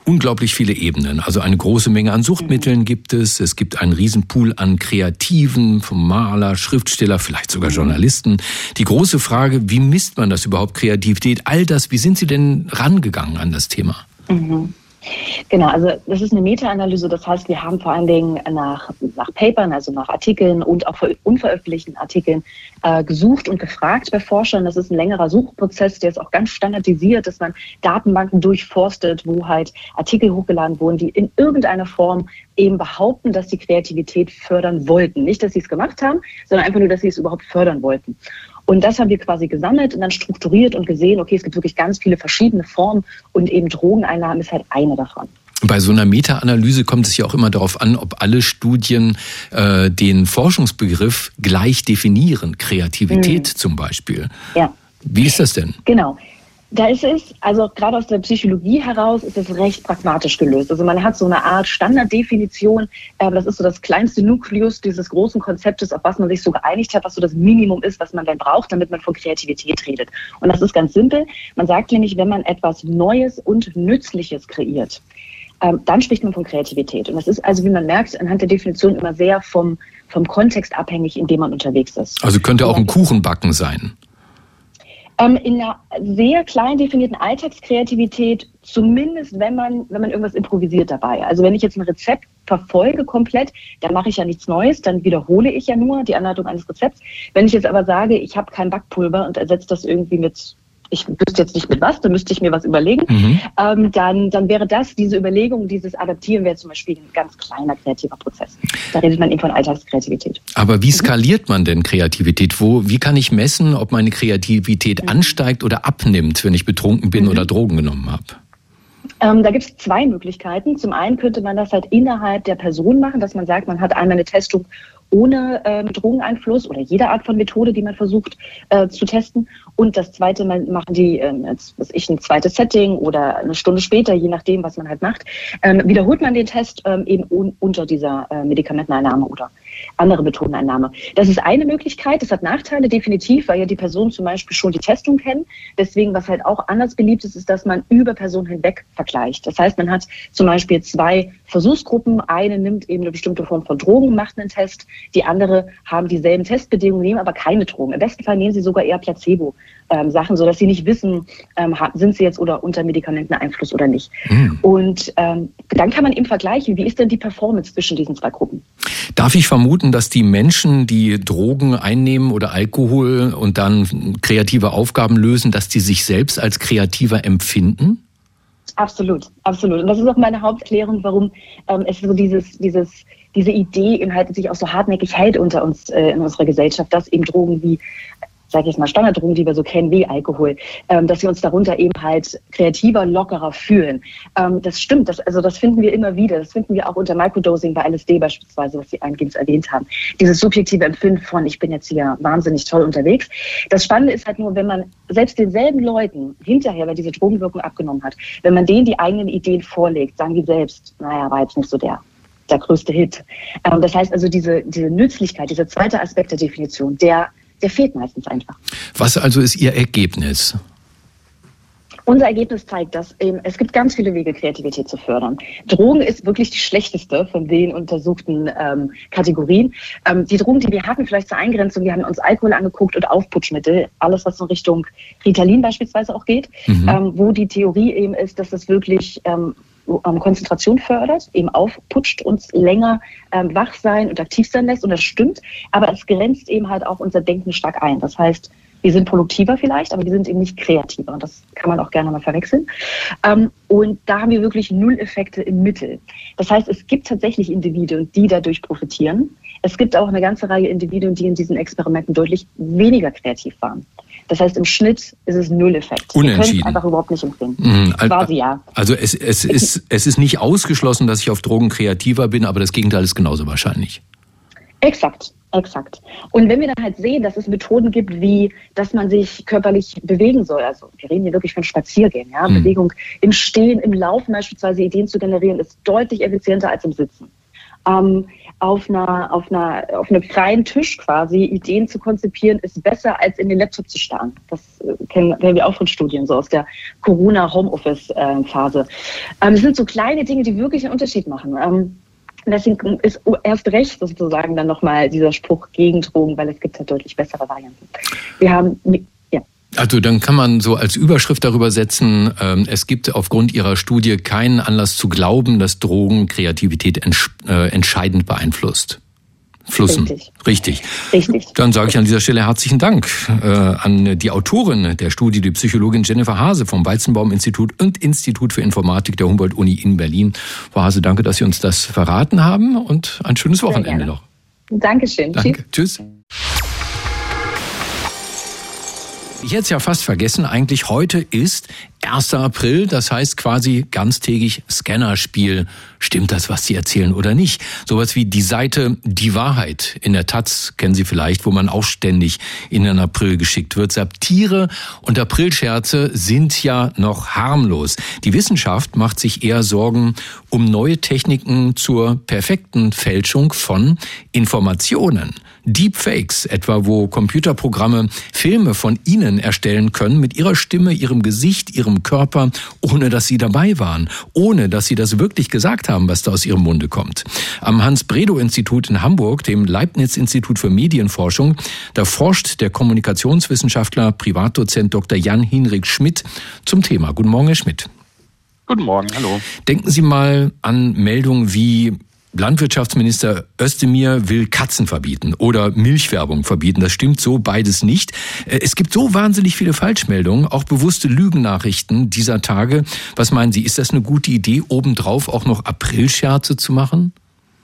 unglaublich viele Ebenen. Also eine große Menge an Suchtmitteln gibt es. Es gibt einen Riesenpool an Kreativen, vom Maler, Schriftsteller, vielleicht sogar Journalisten. Die große Frage, wie misst man das überhaupt, Kreativität? All das, wie sind Sie denn rangegangen an das Thema? Mhm. Genau, also das ist eine Meta-Analyse, das heißt, wir haben vor allen Dingen nach, nach Papern, also nach Artikeln und auch unveröffentlichten Artikeln äh, gesucht und gefragt bei Forschern. Das ist ein längerer Suchprozess, der ist auch ganz standardisiert, dass man Datenbanken durchforstet, wo halt Artikel hochgeladen wurden, die in irgendeiner Form eben behaupten, dass sie Kreativität fördern wollten. Nicht, dass sie es gemacht haben, sondern einfach nur, dass sie es überhaupt fördern wollten. Und das haben wir quasi gesammelt und dann strukturiert und gesehen, okay, es gibt wirklich ganz viele verschiedene Formen und eben Drogeneinnahme ist halt eine davon. Bei so einer Meta-Analyse kommt es ja auch immer darauf an, ob alle Studien äh, den Forschungsbegriff gleich definieren. Kreativität mhm. zum Beispiel. Ja. Wie ist das denn? Genau. Da ist es, also gerade aus der Psychologie heraus, ist es recht pragmatisch gelöst. Also man hat so eine Art Standarddefinition, äh, das ist so das kleinste Nukleus dieses großen Konzeptes, auf was man sich so geeinigt hat, was so das Minimum ist, was man dann braucht, damit man von Kreativität redet. Und das ist ganz simpel. Man sagt nämlich, wenn man etwas Neues und Nützliches kreiert, ähm, dann spricht man von Kreativität. Und das ist also, wie man merkt, anhand der Definition immer sehr vom, vom Kontext abhängig, in dem man unterwegs ist. Also könnte auch ein Kuchenbacken sein. In einer sehr klein definierten Alltagskreativität, zumindest wenn man, wenn man irgendwas improvisiert dabei. Also wenn ich jetzt ein Rezept verfolge komplett, dann mache ich ja nichts Neues, dann wiederhole ich ja nur die Anleitung eines Rezepts. Wenn ich jetzt aber sage, ich habe kein Backpulver und ersetze das irgendwie mit, ich wüsste jetzt nicht mit was, dann müsste ich mir was überlegen, mhm. ähm, dann, dann wäre das, diese Überlegung, dieses Adaptieren wäre zum Beispiel ein ganz kleiner kreativer Prozess. Da redet man eben von Alltagskreativität. Aber wie skaliert man denn Kreativität? Wo, wie kann ich messen, ob meine Kreativität mhm. ansteigt oder abnimmt, wenn ich betrunken bin mhm. oder Drogen genommen habe? Ähm, da gibt es zwei Möglichkeiten. Zum einen könnte man das halt innerhalb der Person machen, dass man sagt, man hat einmal eine Testung ohne ähm, Drogeneinfluss oder jede Art von Methode, die man versucht äh, zu testen. Und das Zweite, man machen die, ähm, jetzt, was ich, ein zweites Setting oder eine Stunde später, je nachdem, was man halt macht, ähm, wiederholt man den Test ähm, eben un- unter dieser äh, Medikamenteneinnahme oder andere Methodeneinnahme. Das ist eine Möglichkeit. Das hat Nachteile definitiv, weil ja die Person zum Beispiel schon die Testung kennt. Deswegen, was halt auch anders beliebt ist, ist, dass man über Personen hinweg vergleicht. Das heißt, man hat zum Beispiel zwei Versuchsgruppen. Eine nimmt eben eine bestimmte Form von Drogen, macht einen Test. Die andere haben dieselben Testbedingungen, nehmen aber keine Drogen. Im besten Fall nehmen sie sogar eher Placebo-Sachen, sodass sie nicht wissen, ähm, sind sie jetzt oder unter Medikamenteneinfluss oder nicht. Mhm. Und ähm, dann kann man eben vergleichen, wie ist denn die Performance zwischen diesen zwei Gruppen. Darf ich vermuten, dass die Menschen, die Drogen einnehmen oder Alkohol und dann kreative Aufgaben lösen, dass die sich selbst als kreativer empfinden? Absolut, absolut. Und das ist auch meine Haupterklärung, warum ähm, es so dieses, dieses, diese Idee eben halt sich auch so hartnäckig hält unter uns äh, in unserer Gesellschaft, dass eben Drogen wie, sage ich mal, Standarddrogen, die wir so kennen, wie Alkohol, ähm, dass wir uns darunter eben halt kreativer, lockerer fühlen. Ähm, das stimmt, das, also das finden wir immer wieder. Das finden wir auch unter Microdosing bei L S D beispielsweise, was Sie eingehend erwähnt haben. Dieses subjektive Empfinden von, ich bin jetzt hier wahnsinnig toll unterwegs. Das Spannende ist halt nur, wenn man selbst denselben Leuten hinterher, weil diese Drogenwirkung abgenommen hat, wenn man denen die eigenen Ideen vorlegt, sagen die selbst, naja, war jetzt nicht so der der größte Hit. Ähm, das heißt also, diese, diese Nützlichkeit, dieser zweite Aspekt der Definition, der Der fehlt meistens einfach. Was also ist Ihr Ergebnis? Unser Ergebnis zeigt, dass eben, es gibt ganz viele Wege, Kreativität zu fördern. Drogen ist wirklich die schlechteste von den untersuchten ähm, Kategorien. Ähm, die Drogen, die wir hatten, vielleicht zur Eingrenzung, wir haben uns Alkohol angeguckt und Aufputschmittel, alles, was in Richtung Ritalin beispielsweise auch geht, mhm. ähm, wo die Theorie eben ist, dass es wirklich ähm, Konzentration fördert, eben aufputscht, uns länger ähm, wach sein und aktiv sein lässt. Und das stimmt, aber es grenzt eben halt auch unser Denken stark ein. Das heißt, wir sind produktiver vielleicht, aber wir sind eben nicht kreativer. Und das kann man auch gerne mal verwechseln. Ähm, und da haben wir wirklich Null-Effekte im Mittel. Das heißt, es gibt tatsächlich Individuen, die dadurch profitieren. Es gibt auch eine ganze Reihe Individuen, die in diesen Experimenten deutlich weniger kreativ waren. Das heißt, im Schnitt ist es Null-Effekt. Unentschieden. Wir können es einfach überhaupt nicht empfinden. Mhm, also, Quasi ja. Also es, es, ist, es ist nicht ausgeschlossen, dass ich auf Drogen kreativer bin, aber das Gegenteil ist genauso wahrscheinlich. Exakt, exakt. Und wenn wir dann halt sehen, dass es Methoden gibt, wie, dass man sich körperlich bewegen soll, also wir reden hier wirklich von Spaziergehen, ja, mhm. Bewegung im Stehen, im Laufen beispielsweise Ideen zu generieren, ist deutlich effizienter als im Sitzen. Ähm, auf einer, auf einer, auf einem freien Tisch quasi Ideen zu konzipieren, ist besser, als in den Laptop zu starren. Das kennen, kennen wir auch von Studien, so aus der Corona-Homeoffice-Phase. Ähm, es sind so kleine Dinge, die wirklich einen Unterschied machen. Ähm, deswegen ist erst recht sozusagen dann nochmal dieser Spruch gegen Drogen, weil es gibt halt deutlich bessere Varianten. Wir haben... Also dann kann man so als Überschrift darüber setzen, ähm, es gibt aufgrund Ihrer Studie keinen Anlass zu glauben, dass Drogen Kreativität entsch- äh, entscheidend beeinflusst. Flussen. Richtig. Richtig. Richtig. Dann sage ich an dieser Stelle herzlichen Dank äh, an die Autorin der Studie, die Psychologin Jennifer Hase vom Weizenbaum-Institut und Institut für Informatik der Humboldt-Uni in Berlin. Frau Hase, danke, dass Sie uns das verraten haben und ein schönes Wochenende noch. Dankeschön. Danke. Tschüss. Ich hätte es ja fast vergessen, eigentlich heute ist erster April, das heißt quasi ganztägig Scannerspiel. Stimmt das, was Sie erzählen oder nicht? Sowas wie die Seite Die Wahrheit in der Taz, kennen Sie vielleicht, wo man auch ständig in den April geschickt wird. Satire und Aprilscherze sind ja noch harmlos. Die Wissenschaft macht sich eher Sorgen um neue Techniken zur perfekten Fälschung von Informationen. Deepfakes, etwa wo Computerprogramme Filme von Ihnen erstellen können mit Ihrer Stimme, Ihrem Gesicht, Ihrem Körper, ohne dass Sie dabei waren, ohne dass Sie das wirklich gesagt haben, was da aus Ihrem Munde kommt. Am Hans-Bredow-Institut in Hamburg, dem Leibniz-Institut für Medienforschung, da forscht der Kommunikationswissenschaftler, Privatdozent Doktor Jan-Hinrik Schmidt zum Thema. Guten Morgen, Herr Schmidt. Guten Morgen, hallo. Denken Sie mal an Meldungen wie Landwirtschaftsminister Özdemir will Katzen verbieten oder Milchwerbung verbieten. Das stimmt so beides nicht. Es gibt so wahnsinnig viele Falschmeldungen, auch bewusste Lügennachrichten dieser Tage. Was meinen Sie, ist das eine gute Idee, obendrauf auch noch Aprilscherze zu machen?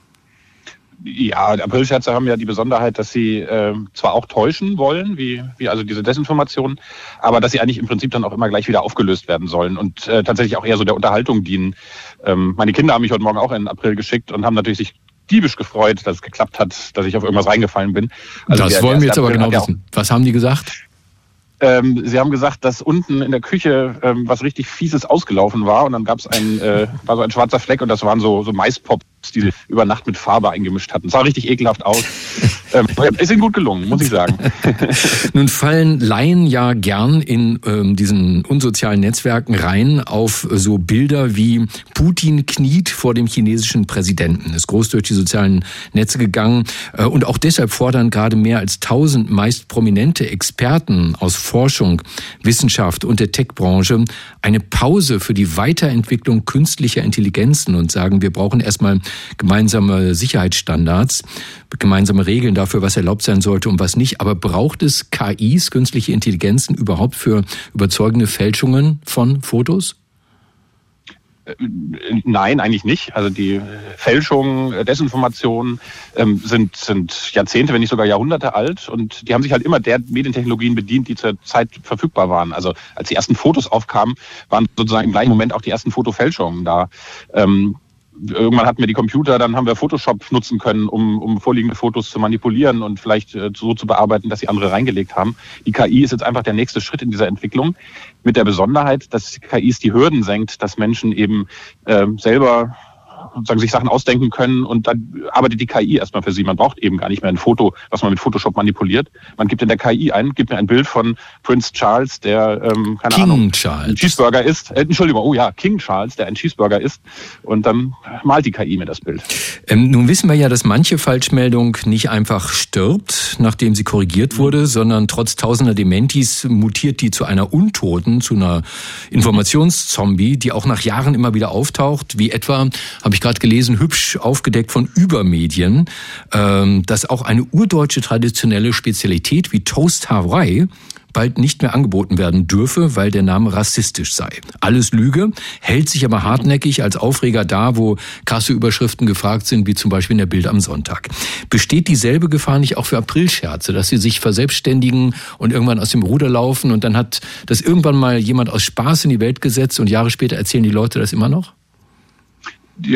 Ja, Aprilscherze haben ja die Besonderheit, dass sie äh, zwar auch täuschen wollen, wie, wie also diese Desinformation, aber dass sie eigentlich im Prinzip dann auch immer gleich wieder aufgelöst werden sollen und äh, tatsächlich auch eher so der Unterhaltung dienen. Ähm, meine Kinder haben mich heute Morgen auch in April geschickt und haben natürlich sich diebisch gefreut, dass es geklappt hat, dass ich auf irgendwas reingefallen bin. Also das der, wollen der wir jetzt aber genau ja wissen. Was haben die gesagt? Ähm, sie haben gesagt, dass unten in der Küche ähm, was richtig Fieses ausgelaufen war und dann gab es ein, äh, war so ein schwarzer Fleck und das waren so, so Maispops, die sie über Nacht mit Farbe eingemischt hatten. Es sah richtig ekelhaft aus. ähm, ist ihnen gut gelungen, muss ich sagen. Nun fallen Laien ja gern in ähm, diesen unsozialen Netzwerken rein auf so Bilder wie Putin kniet vor dem chinesischen Präsidenten. Ist groß durch die sozialen Netze gegangen äh, und auch deshalb fordern gerade mehr als tausend meist prominente Experten aus Forschung, Wissenschaft und der Tech-Branche eine Pause für die Weiterentwicklung künstlicher Intelligenzen und sagen, wir brauchen erstmal gemeinsame Sicherheitsstandards, gemeinsame Regeln dafür, was erlaubt sein sollte und was nicht. Aber braucht es K Is, künstliche Intelligenzen, überhaupt für überzeugende Fälschungen von Fotos? Nein, eigentlich nicht. Also die Fälschungen, Desinformationen ähm, sind, sind Jahrzehnte, wenn nicht sogar Jahrhunderte alt und die haben sich halt immer der Medientechnologien bedient, die zur Zeit verfügbar waren. Also als die ersten Fotos aufkamen, waren sozusagen im gleichen Moment auch die ersten Fotofälschungen da. Ähm, Irgendwann hatten wir die Computer, dann haben wir Photoshop nutzen können, um, um vorliegende Fotos zu manipulieren und vielleicht äh, so zu bearbeiten, dass sie andere reingelegt haben. Die K I ist jetzt einfach der nächste Schritt in dieser Entwicklung mit der Besonderheit, dass K Is die Hürden senkt, dass Menschen eben äh, selber sozusagen sich Sachen ausdenken können und dann arbeitet die K I erstmal für sie. Man braucht eben gar nicht mehr ein Foto, was man mit Photoshop manipuliert. Man gibt in der K I ein, gibt mir ein Bild von Prince Charles, der, ähm, keine King Ahnung, Charles. ein Cheeseburger isst. Äh, Entschuldigung, oh ja, King Charles, der ein Cheeseburger isst und dann malt die K I mir das Bild. Ähm, nun wissen wir ja, dass manche Falschmeldung nicht einfach stirbt, nachdem sie korrigiert wurde, sondern trotz tausender Dementis mutiert die zu einer Untoten, zu einer Informationszombie, die auch nach Jahren immer wieder auftaucht, wie etwa, habe ich gerade gelesen, hübsch aufgedeckt von Übermedien, ähm, dass auch eine urdeutsche traditionelle Spezialität wie Toast Hawaii bald nicht mehr angeboten werden dürfe, weil der Name rassistisch sei. Alles Lüge, hält sich aber hartnäckig als Aufreger da, wo krasse Überschriften gefragt sind, wie zum Beispiel in der Bild am Sonntag. Besteht dieselbe Gefahr nicht auch für Aprilscherze, dass sie sich verselbstständigen und irgendwann aus dem Ruder laufen und dann hat das irgendwann mal jemand aus Spaß in die Welt gesetzt und Jahre später erzählen die Leute das immer noch? Ja, die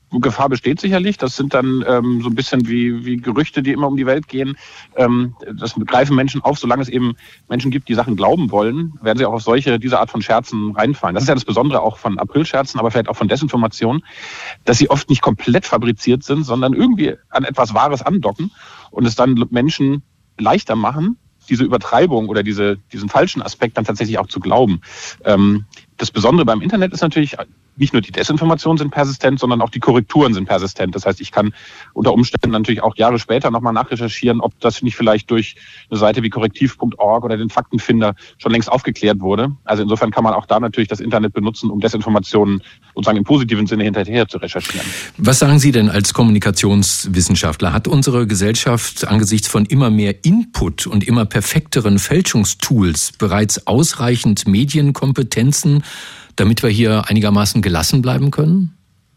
Gefahr besteht sicherlich. Das sind dann ähm, so ein bisschen wie, wie Gerüchte, die immer um die Welt gehen. Ähm, das greifen Menschen auf, solange es eben Menschen gibt, die Sachen glauben wollen, werden sie auch auf solche, diese Art von Scherzen reinfallen. Das ist ja das Besondere auch von Aprilscherzen, aber vielleicht auch von Desinformation, dass sie oft nicht komplett fabriziert sind, sondern irgendwie an etwas Wahres andocken und es dann Menschen leichter machen, diese Übertreibung oder diese, diesen falschen Aspekt dann tatsächlich auch zu glauben. Ähm, das Besondere beim Internet ist natürlich, nicht nur die Desinformationen sind persistent, sondern auch die Korrekturen sind persistent. Das heißt, ich kann unter Umständen natürlich auch Jahre später nochmal nachrecherchieren, ob das nicht vielleicht durch eine Seite wie korrektiv punkt org oder den Faktenfinder schon längst aufgeklärt wurde. Also insofern kann man auch da natürlich das Internet benutzen, um Desinformationen sozusagen im positiven Sinne hinterher zu recherchieren. Was sagen Sie denn als Kommunikationswissenschaftler? Hat unsere Gesellschaft angesichts von immer mehr Input und immer perfekteren Fälschungstools bereits ausreichend Medienkompetenzen, damit wir hier einigermaßen gelassen bleiben können?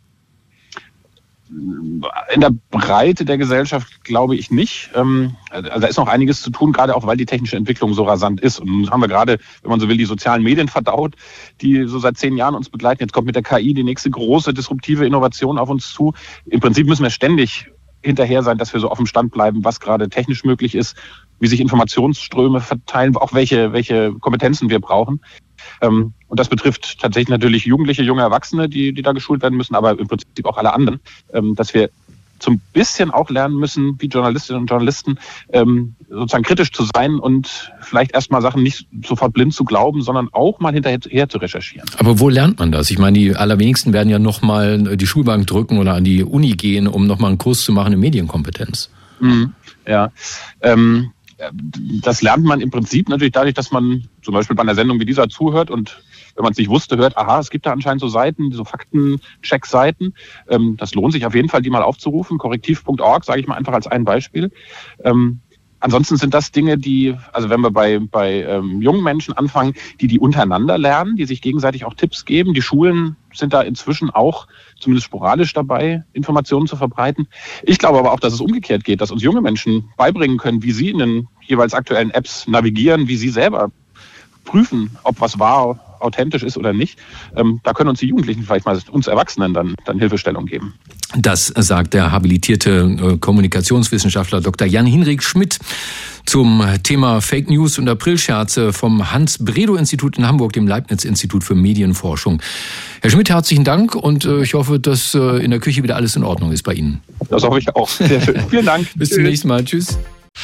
In der Breite der Gesellschaft glaube ich nicht. Also da ist noch einiges zu tun, gerade auch, weil die technische Entwicklung so rasant ist. Und nun haben wir gerade, wenn man so will, die sozialen Medien verdaut, die so seit zehn Jahren uns begleiten. Jetzt kommt mit der K I die nächste große disruptive Innovation auf uns zu. Im Prinzip müssen wir ständig hinterher sein, dass wir so auf dem Stand bleiben, was gerade technisch möglich ist, wie sich Informationsströme verteilen, auch welche, welche Kompetenzen wir brauchen. Und das betrifft tatsächlich natürlich Jugendliche, junge Erwachsene, die, die da geschult werden müssen, aber im Prinzip auch alle anderen, dass wir zum bisschen auch lernen müssen, wie Journalistinnen und Journalisten, sozusagen kritisch zu sein und vielleicht erstmal Sachen nicht sofort blind zu glauben, sondern auch mal hinterher zu recherchieren. Aber wo lernt man das? Ich meine, die allerwenigsten werden ja nochmal die Schulbank drücken oder an die Uni gehen, um nochmal einen Kurs zu machen in Medienkompetenz. Mhm. Ja, ähm, das lernt man im Prinzip natürlich dadurch, dass man zum Beispiel bei einer Sendung wie dieser zuhört und wenn man es nicht wusste, hört, aha, es gibt da anscheinend so Seiten, so Faktencheck-Seiten. Ähm, das lohnt sich auf jeden Fall, die mal aufzurufen. korrektiv punkt org, sage ich mal einfach als ein Beispiel. Ähm, ansonsten sind das Dinge, die, also wenn wir bei, bei ähm, jungen Menschen anfangen, die die untereinander lernen, die sich gegenseitig auch Tipps geben. Die Schulen sind da inzwischen auch zumindest sporadisch dabei, Informationen zu verbreiten. Ich glaube aber auch, dass es umgekehrt geht, dass uns junge Menschen beibringen können, wie sie in den jeweils aktuellen Apps navigieren, wie sie selber prüfen, ob was wahr, authentisch ist oder nicht. Ähm, da können uns die Jugendlichen vielleicht mal uns Erwachsenen dann, dann Hilfestellung geben. Das sagt der habilitierte Kommunikationswissenschaftler Doktor Jan-Hinrik Schmidt zum Thema Fake News und Aprilscherze vom Hans-Bredow-Institut in Hamburg, dem Leibniz-Institut für Medienforschung. Herr Schmidt, herzlichen Dank und ich hoffe, dass in der Küche wieder alles in Ordnung ist bei Ihnen. Das hoffe ich auch. Sehr schön. Vielen Dank. Bis zum nächsten Mal. Tschüss.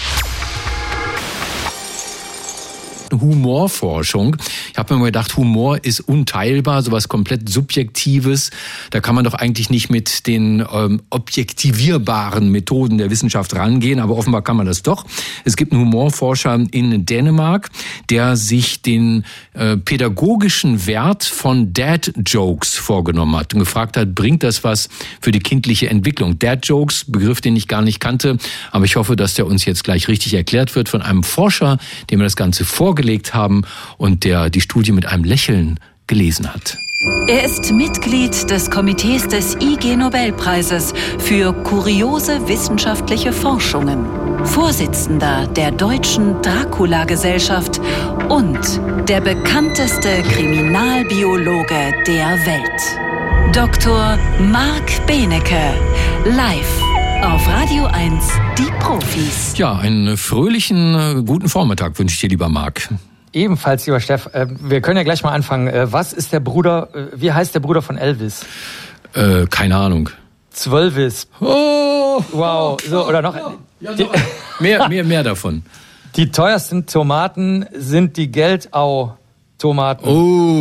Humorforschung. Ich habe mir mal gedacht, Humor ist unteilbar, sowas komplett Subjektives. Da kann man doch eigentlich nicht mit den ähm, objektivierbaren Methoden der Wissenschaft rangehen, aber offenbar kann man das doch. Es gibt einen Humorforscher in Dänemark, der sich den äh, pädagogischen Wert von Dad-Jokes vorgenommen hat und gefragt hat, bringt das was für die kindliche Entwicklung? Dad-Jokes, Begriff, den ich gar nicht kannte, aber ich hoffe, dass der uns jetzt gleich richtig erklärt wird von einem Forscher, dem wir das Ganze vorgelegt haben und der die Studie mit einem Lächeln gelesen hat. Er ist Mitglied des Komitees des I G-Nobelpreises für kuriose wissenschaftliche Forschungen, Vorsitzender der Deutschen Dracula-Gesellschaft und der bekannteste Kriminalbiologe der Welt. Doktor Marc Benecke, live auf Radio eins, die Profis. Ja, einen fröhlichen, guten Vormittag wünsche ich dir, lieber Marc. Ebenfalls, lieber Steff. Wir können ja gleich mal anfangen. Was ist der Bruder, wie heißt der Bruder von Elvis? Äh, keine Ahnung. Zwölvis. Oh! Wow. So, oder noch? Ja, noch. mehr, mehr, mehr davon. Die teuersten Tomaten sind die Geldau-Tomaten.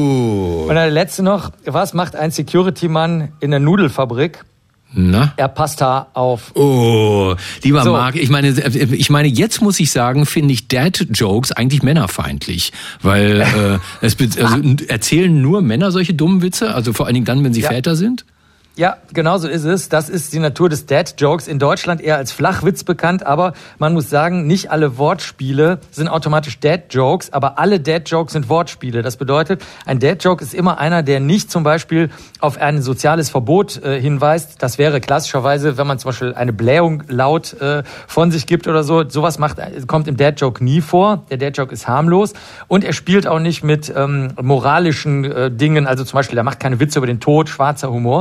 Oh. Und der letzte noch. Was macht ein Security-Mann in der Nudelfabrik? Na? Er passt da auf. Oh, lieber so. Marc, ich meine, ich meine, jetzt muss ich sagen, finde ich Dad-Jokes eigentlich männerfeindlich, weil äh, es also, erzählen nur Männer solche dummen Witze, also vor allen Dingen dann, wenn sie ja. Väter sind. Ja, genau so ist es. Das ist die Natur des Dad-Jokes. In Deutschland eher als Flachwitz bekannt, aber man muss sagen, nicht alle Wortspiele sind automatisch Dad-Jokes, aber alle Dad-Jokes sind Wortspiele. Das bedeutet, ein Dad-Joke ist immer einer, der nicht zum Beispiel auf ein soziales Verbot äh, hinweist. Das wäre klassischerweise, wenn man zum Beispiel eine Blähung laut äh, von sich gibt oder so. Sowas macht, kommt im Dad-Joke nie vor. Der Dad-Joke ist harmlos und er spielt auch nicht mit ähm, moralischen äh, Dingen. Also zum Beispiel, er macht keine Witze über den Tod, schwarzer Humor. Es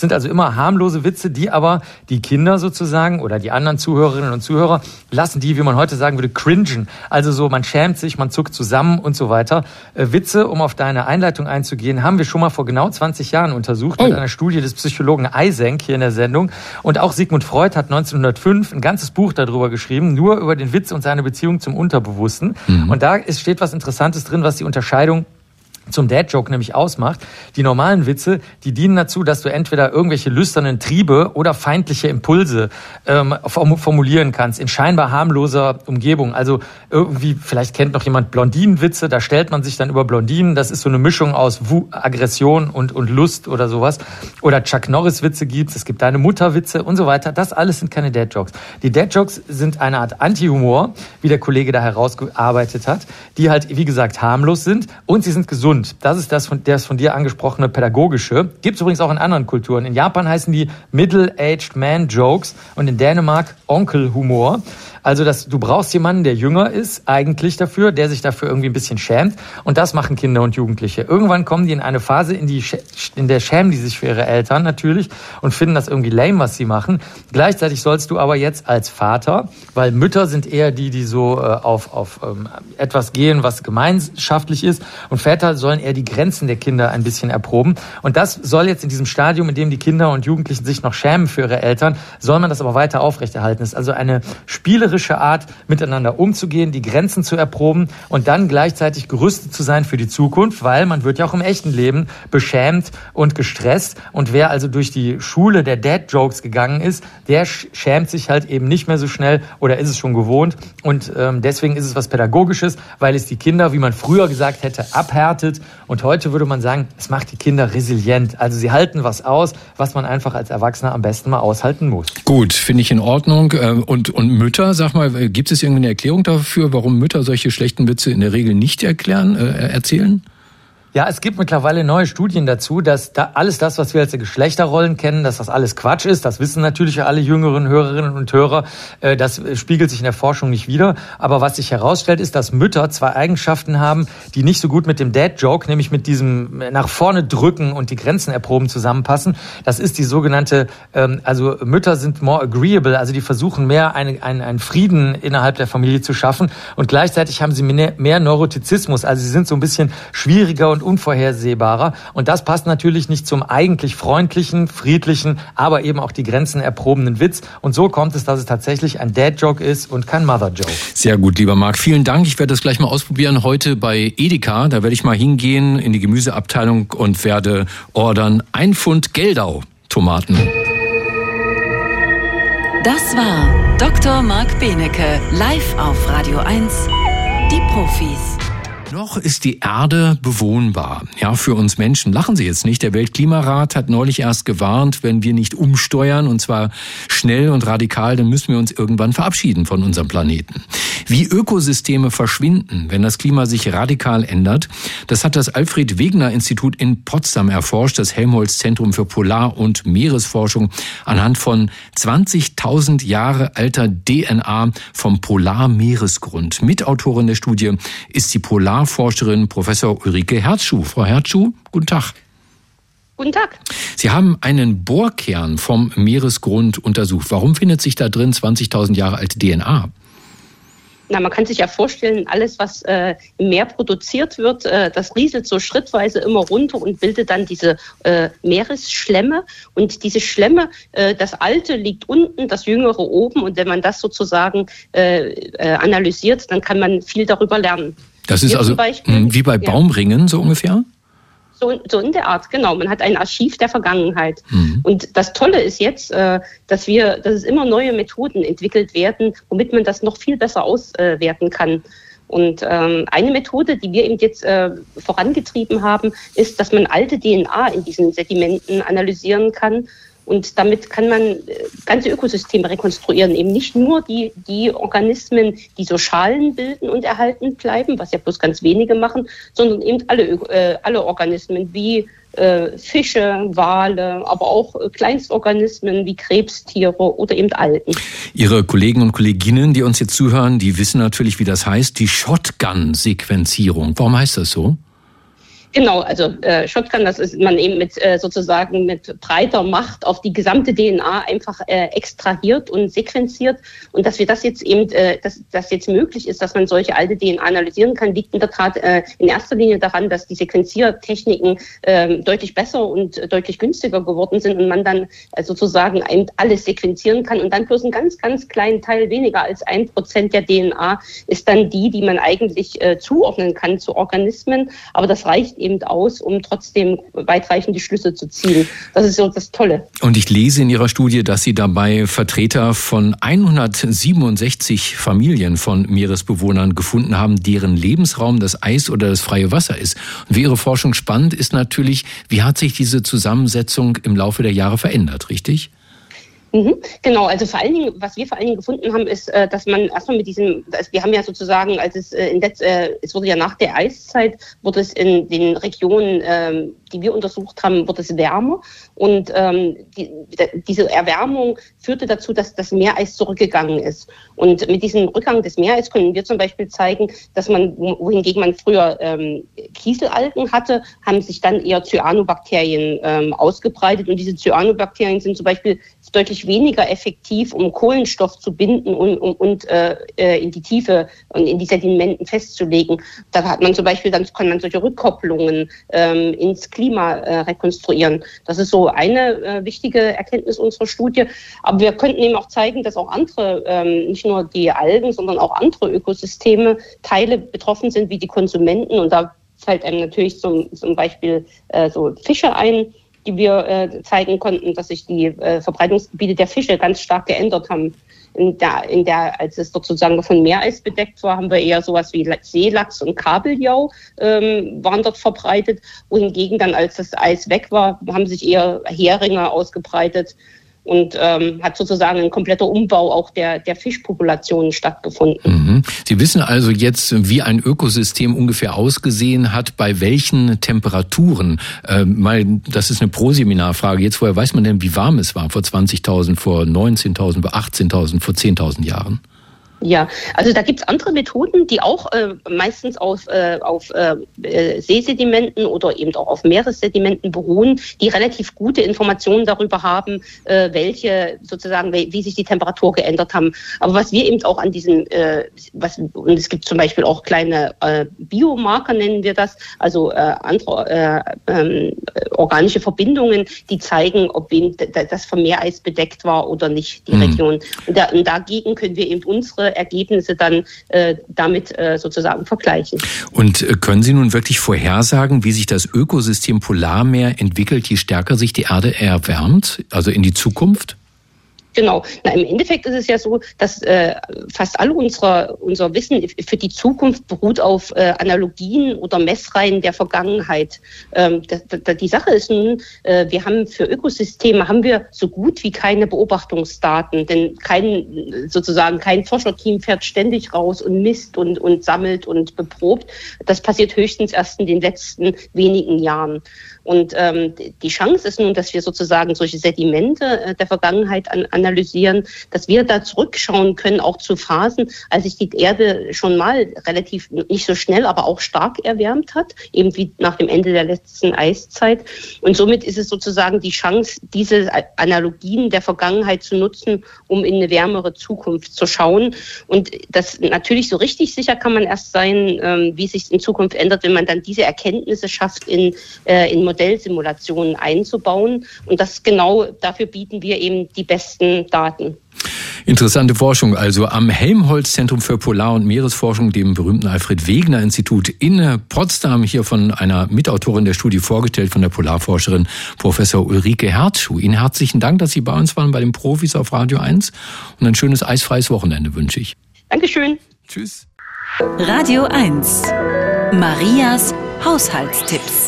sind also immer harmlose Witze, die aber die Kinder sozusagen oder die anderen Zuhörerinnen und Zuhörer lassen die, wie man heute sagen würde, cringen. Also so, man schämt sich, man zuckt zusammen und so weiter. Äh, Witze, um auf deine Einleitung einzugehen, haben wir schon mal vor genau zwanzig Jahren untersucht oh. mit einer Studie des Psychologen Eysenck hier in der Sendung. Und auch Sigmund Freud hat neunzehnhundertfünf ein ganzes Buch darüber geschrieben, nur über den Witz und seine Beziehung zum Unterbewussten. Mhm. Und da ist, steht was Interessantes drin, was die Unterscheidung zum Dad-Joke nämlich ausmacht. Die normalen Witze, die dienen dazu, dass du entweder irgendwelche lüsternen Triebe oder feindliche Impulse ähm, formulieren kannst, in scheinbar harmloser Umgebung. Also irgendwie, vielleicht kennt noch jemand Blondinenwitze, da stellt man sich dann über Blondinen, das ist so eine Mischung aus Wu- Aggression und, und Lust oder sowas. Oder Chuck Norris-Witze gibt's, es gibt deine Mutter-Witze und so weiter. Das alles sind keine Dad-Jokes. Die Dad-Jokes sind eine Art Anti-Humor, wie der Kollege da herausgearbeitet hat, die halt, wie gesagt, harmlos sind und sie sind gesund. Das ist das von, das von dir angesprochene Pädagogische. Gibt es übrigens auch in anderen Kulturen. In Japan heißen die Middle-Aged Man Jokes und in Dänemark Onkel-Humor. Also das, du brauchst jemanden, der jünger ist, eigentlich dafür, der sich dafür irgendwie ein bisschen schämt. Und das machen Kinder und Jugendliche. Irgendwann kommen die in eine Phase, in, die, in der schämen die sich für ihre Eltern natürlich und finden das irgendwie lame, was sie machen. Gleichzeitig sollst du aber jetzt als Vater, weil Mütter sind eher die, die so äh, auf, auf ähm, etwas gehen, was gemeinschaftlich ist. Und Väter sollen eher die Grenzen der Kinder ein bisschen erproben. Und das soll jetzt in diesem Stadium, in dem die Kinder und Jugendlichen sich noch schämen für ihre Eltern, soll man das aber weiter aufrechterhalten. Es ist also eine spielerische Art, miteinander umzugehen, die Grenzen zu erproben und dann gleichzeitig gerüstet zu sein für die Zukunft, weil man wird ja auch im echten Leben beschämt und gestresst. Und wer also durch die Schule der Dad-Jokes gegangen ist, der schämt sich halt eben nicht mehr so schnell oder ist es schon gewohnt. Und ähm, deswegen ist es was Pädagogisches, weil es die Kinder, wie man früher gesagt hätte, abhärtet. Und heute würde man sagen, es macht die Kinder resilient. Also sie halten was aus, was man einfach als Erwachsener am besten mal aushalten muss. Gut, finde ich in Ordnung. Und, und Mütter, sag mal, gibt es irgendeine Erklärung dafür, warum Mütter solche schlechten Witze in der Regel nicht erklären, äh, erzählen? Ja, es gibt mittlerweile neue Studien dazu, dass da alles das, was wir als Geschlechterrollen kennen, dass das alles Quatsch ist. Das wissen natürlich alle jüngeren Hörerinnen und Hörer. Das spiegelt sich in der Forschung nicht wider. Aber was sich herausstellt, ist, dass Mütter zwei Eigenschaften haben, die nicht so gut mit dem Dad-Joke, nämlich mit diesem nach vorne drücken und die Grenzen erproben, zusammenpassen. Das ist die sogenannte, also Mütter sind more agreeable, also die versuchen mehr einen, einen, einen Frieden innerhalb der Familie zu schaffen. Und gleichzeitig haben sie mehr, mehr Neurotizismus, also sie sind so ein bisschen schwieriger und unvorhersehbarer. Und das passt natürlich nicht zum eigentlich freundlichen, friedlichen, aber eben auch die Grenzen erprobenen Witz. Und so kommt es, dass es tatsächlich ein Dad-Joke ist und kein Mother-Joke. Sehr gut, lieber Marc. Vielen Dank. Ich werde das gleich mal ausprobieren heute bei Edeka. Da werde ich mal hingehen in die Gemüseabteilung und werde ordern ein Pfund Geldau Tomaten. Das war Doktor Marc Benecke, live auf Radio eins, die Profis. Noch ist die Erde bewohnbar. Ja, für uns Menschen. Lachen Sie jetzt nicht. Der Weltklimarat hat neulich erst gewarnt, wenn wir nicht umsteuern, und zwar schnell und radikal, dann müssen wir uns irgendwann verabschieden von unserem Planeten. Wie Ökosysteme verschwinden, wenn das Klima sich radikal ändert, das hat das Alfred-Wegener-Institut in Potsdam erforscht, das Helmholtz-Zentrum für Polar- und Meeresforschung, anhand von zwanzigtausend Jahre alter D N A vom Polarmeeresgrund. Mitautorin der Studie ist die Polarforscherin Professor Ulrike Herzschuh. Frau Herzschuh, guten Tag. Guten Tag. Sie haben einen Bohrkern vom Meeresgrund untersucht. Warum findet sich da drin zwanzigtausend Jahre alte D N A? Na, man kann sich ja vorstellen, alles, was äh, im Meer produziert wird, äh, das rieselt so schrittweise immer runter und bildet dann diese äh, Meeresschlemme. Und diese Schlemme, äh, das Alte liegt unten, das Jüngere oben. Und wenn man das sozusagen äh, äh, analysiert, dann kann man viel darüber lernen. Das ist Hier also Beispiel, wie bei Baumringen, ja. so ungefähr? So, so in der Art, genau. Man hat ein Archiv der Vergangenheit. Mhm. Und das Tolle ist jetzt, äh, dass wir, dass es immer neue Methoden entwickelt werden, womit man das noch viel besser auswerten kann. Und ähm, eine Methode, die wir eben jetzt äh, vorangetrieben haben, ist, dass man alte D N A in diesen Sedimenten analysieren kann. Und damit kann man ganze Ökosysteme rekonstruieren, eben nicht nur die, die Organismen, die so Schalen bilden und erhalten bleiben, was ja bloß ganz wenige machen, sondern eben alle, äh, alle Organismen wie äh, Fische, Wale, aber auch äh, Kleinstorganismen wie Krebstiere oder eben Algen. Ihre Kollegen und Kolleginnen, die uns jetzt zuhören, die wissen natürlich, wie das heißt, die Shotgun-Sequenzierung. Warum heißt das so? Genau, also äh, Shotgun, das ist man eben mit äh, sozusagen mit breiter Macht auf die gesamte D N A einfach äh, extrahiert und sequenziert. Und dass wir das jetzt eben, äh, dass das jetzt möglich ist, dass man solche alte D N A analysieren kann, liegt in der Tat äh, in erster Linie daran, dass die Sequenziertechniken äh, deutlich besser und äh, deutlich günstiger geworden sind und man dann äh, sozusagen eben alles sequenzieren kann und dann bloß einen ganz, ganz kleinen Teil, weniger als ein Prozent der D N A, ist dann die, die man eigentlich äh, zuordnen kann zu Organismen. Aber das reicht eben aus, um trotzdem weitreichende Schlüsse zu ziehen. Das ist so das Tolle. Und ich lese in Ihrer Studie, dass Sie dabei Vertreter von hundertsiebenundsechzig Familien von Meeresbewohnern gefunden haben, deren Lebensraum das Eis oder das freie Wasser ist. Und wie Ihre Forschung spannend ist natürlich, wie hat sich diese Zusammensetzung im Laufe der Jahre verändert, richtig? Mhm, genau, also vor allen Dingen, was wir vor allen Dingen gefunden haben, ist, dass man erstmal mit diesem, wir haben ja sozusagen, als es in Letz, es wurde ja nach der Eiszeit, wurde es in den Regionen, die wir untersucht haben, wurde es wärmer und ähm, die, diese Erwärmung führte dazu, dass das Meereis zurückgegangen ist. Und mit diesem Rückgang des Meereis können wir zum Beispiel zeigen, dass man, wohingegen man früher ähm, Kieselalgen hatte, haben sich dann eher Cyanobakterien ähm, ausgebreitet und diese Cyanobakterien sind zum Beispiel deutlich weniger effektiv, um Kohlenstoff zu binden und, und, und äh, in die Tiefe und in die Sedimenten festzulegen. Da hat man zum Beispiel, dann kann man solche Rückkopplungen ähm, ins Klima äh, rekonstruieren. Das ist so eine äh, wichtige Erkenntnis unserer Studie. Aber wir könnten eben auch zeigen, dass auch andere, ähm, nicht nur die Algen, sondern auch andere Ökosysteme, Teile betroffen sind, wie die Konsumenten. Und da fällt einem natürlich zum, zum Beispiel äh, so Fische ein, die wir äh, zeigen konnten, dass sich die äh, Verbreitungsgebiete der Fische ganz stark geändert haben. In der, in der, als es sozusagen von Meereis bedeckt war, haben wir eher sowas wie Seelachs und Kabeljau ähm, waren dort verbreitet. Wohingegen dann, als das Eis weg war, haben sich eher Heringe ausgebreitet. Und ähm, hat sozusagen ein kompletter Umbau auch der, der Fischpopulationen stattgefunden. Mhm. Sie wissen also jetzt, wie ein Ökosystem ungefähr ausgesehen hat, bei welchen Temperaturen. Äh, mal, das ist eine Proseminarfrage. Jetzt, woher weiß man denn, wie warm es war? Vor zwanzigtausend, vor neunzehntausend, vor achtzehntausend, vor zehntausend Jahren? Ja, also da gibt's andere Methoden, die auch äh, meistens auf, äh, auf äh, Seesedimenten oder eben auch auf Meeressedimenten beruhen, die relativ gute Informationen darüber haben, äh, welche sozusagen, wie sich die Temperatur geändert haben. Aber was wir eben auch an diesen, äh, was, und es gibt zum Beispiel auch kleine äh, Biomarker, nennen wir das, also äh, andere äh, äh, organische Verbindungen, die zeigen, ob das vom Meereis bedeckt war oder nicht, die mhm. Region. Und, da, und dagegen können wir eben unsere Ergebnisse dann äh, damit äh, sozusagen vergleichen. Und äh, können Sie nun wirklich vorhersagen, wie sich das Ökosystem Polarmeer entwickelt, je stärker sich die Erde erwärmt, also in die Zukunft? Genau. Na, im Endeffekt ist es ja so, dass äh, fast all unser, unser Wissen für die Zukunft beruht auf äh, Analogien oder Messreihen der Vergangenheit. Ähm, da, da, die Sache ist nun, äh, wir haben für Ökosysteme haben wir so gut wie keine Beobachtungsdaten, denn kein, sozusagen kein Forscherteam fährt ständig raus und misst und, und sammelt und beprobt. Das passiert höchstens erst in den letzten wenigen Jahren. Und ähm, die Chance ist nun, dass wir sozusagen solche Sedimente äh, der Vergangenheit an, analysieren, dass wir da zurückschauen können, auch zu Phasen, als sich die Erde schon mal relativ, nicht so schnell, aber auch stark erwärmt hat, eben wie nach dem Ende der letzten Eiszeit. Und somit ist es sozusagen die Chance, diese Analogien der Vergangenheit zu nutzen, um in eine wärmere Zukunft zu schauen. Und das natürlich so richtig sicher kann man erst sein, ähm, wie es sich in Zukunft ändert, wenn man dann diese Erkenntnisse schafft, in, äh, in Modellsimulationen einzubauen. Und das genau dafür bieten wir eben die besten Daten. Interessante Forschung also am Helmholtz-Zentrum für Polar- und Meeresforschung, dem berühmten Alfred-Wegener-Institut in Potsdam, hier von einer Mitautorin der Studie vorgestellt, von der Polarforscherin Professor Ulrike Herzschuh. Ihnen herzlichen Dank, dass Sie bei uns waren, bei den Profis auf Radio eins, und ein schönes eisfreies Wochenende wünsche ich. Dankeschön. Tschüss. Radio eins. Marias Haushaltstipps.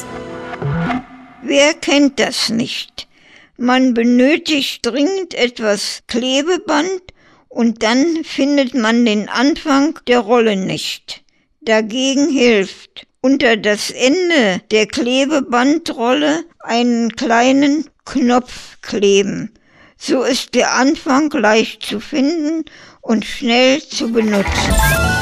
Wer kennt das nicht? Man benötigt dringend etwas Klebeband und dann findet man den Anfang der Rolle nicht. Dagegen hilft unter das Ende der Klebebandrolle einen kleinen Knopf kleben. So ist der Anfang leicht zu finden und schnell zu benutzen.